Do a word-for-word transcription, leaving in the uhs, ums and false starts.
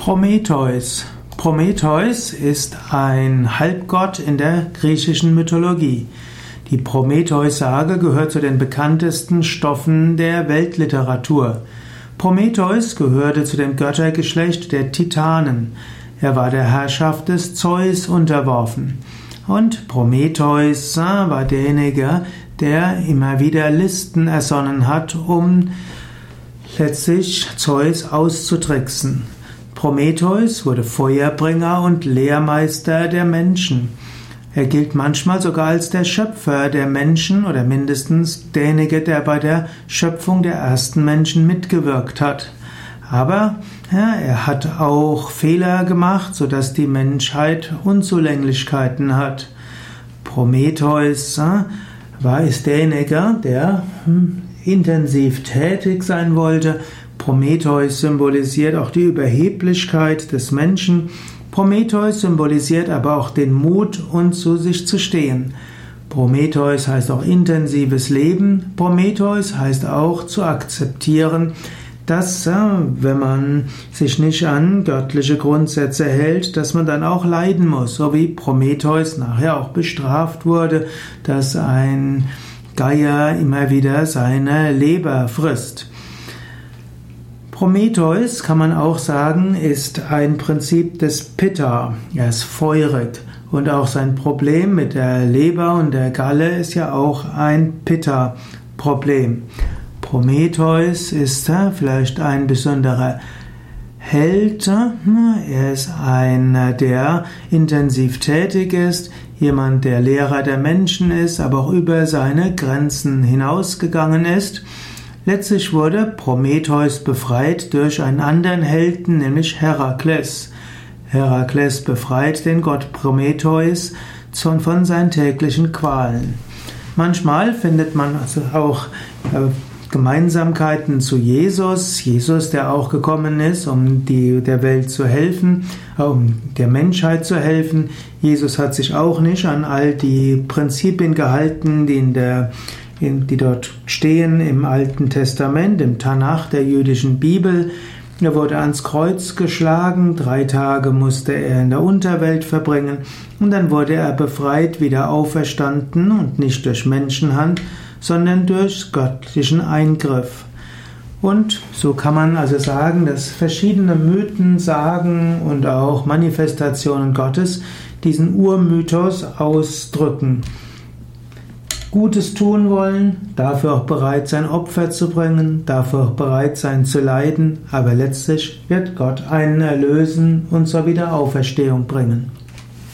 Prometheus. Prometheus ist ein Halbgott in der griechischen Mythologie. Die Prometheus-Sage gehört zu den bekanntesten Stoffen der Weltliteratur. Prometheus gehörte zu dem Göttergeschlecht der Titanen. Er war der Herrschaft des Zeus unterworfen. Und Prometheus war derjenige, der immer wieder Listen ersonnen hat, um letztlich Zeus auszutricksen. Prometheus wurde Feuerbringer und Lehrmeister der Menschen. Er gilt manchmal sogar als der Schöpfer der Menschen oder mindestens derjenige, der bei der Schöpfung der ersten Menschen mitgewirkt hat. Aber ja, er hat auch Fehler gemacht, sodass die Menschheit Unzulänglichkeiten hat. Prometheus ja, war ist derjenige, der hm, intensiv tätig sein wollte. Prometheus symbolisiert auch die Überheblichkeit des Menschen. Prometheus symbolisiert aber auch den Mut, und zu sich zu stehen. Prometheus heißt auch intensives Leben. Prometheus heißt auch zu akzeptieren, dass, wenn man sich nicht an göttliche Grundsätze hält, dass man dann auch leiden muss. So wie Prometheus nachher auch bestraft wurde, dass ein Geier immer wieder seine Leber frisst. Prometheus, kann man auch sagen, ist ein Prinzip des Pitta. Er ist feurig. Und auch sein Problem mit der Leber und der Galle ist ja auch ein Pitta-Problem. Prometheus ist äh, vielleicht ein besonderer Held. Er ist einer, der intensiv tätig ist, jemand, der Lehrer der Menschen ist, aber auch über seine Grenzen hinausgegangen ist. Letztlich wurde Prometheus befreit durch einen anderen Helden, nämlich Herakles. Herakles befreit den Gott Prometheus von seinen täglichen Qualen. Manchmal findet man also auch Gemeinsamkeiten zu Jesus. Jesus, der auch gekommen ist, um die, der Welt zu helfen, um der Menschheit zu helfen. Jesus hat sich auch nicht an all die Prinzipien gehalten, die in der die dort stehen im Alten Testament, im Tanach der jüdischen Bibel. Er wurde ans Kreuz geschlagen, drei Tage musste er in der Unterwelt verbringen und dann wurde er befreit, wieder auferstanden und nicht durch Menschenhand, sondern durch göttlichen Eingriff. Und so kann man also sagen, dass verschiedene Mythen, Sagen und auch Manifestationen Gottes diesen Urmythos ausdrücken. Gutes tun wollen, dafür auch bereit sein, Opfer zu bringen, dafür auch bereit sein zu leiden, aber letztlich wird Gott einen erlösen und zur Wiederauferstehung bringen.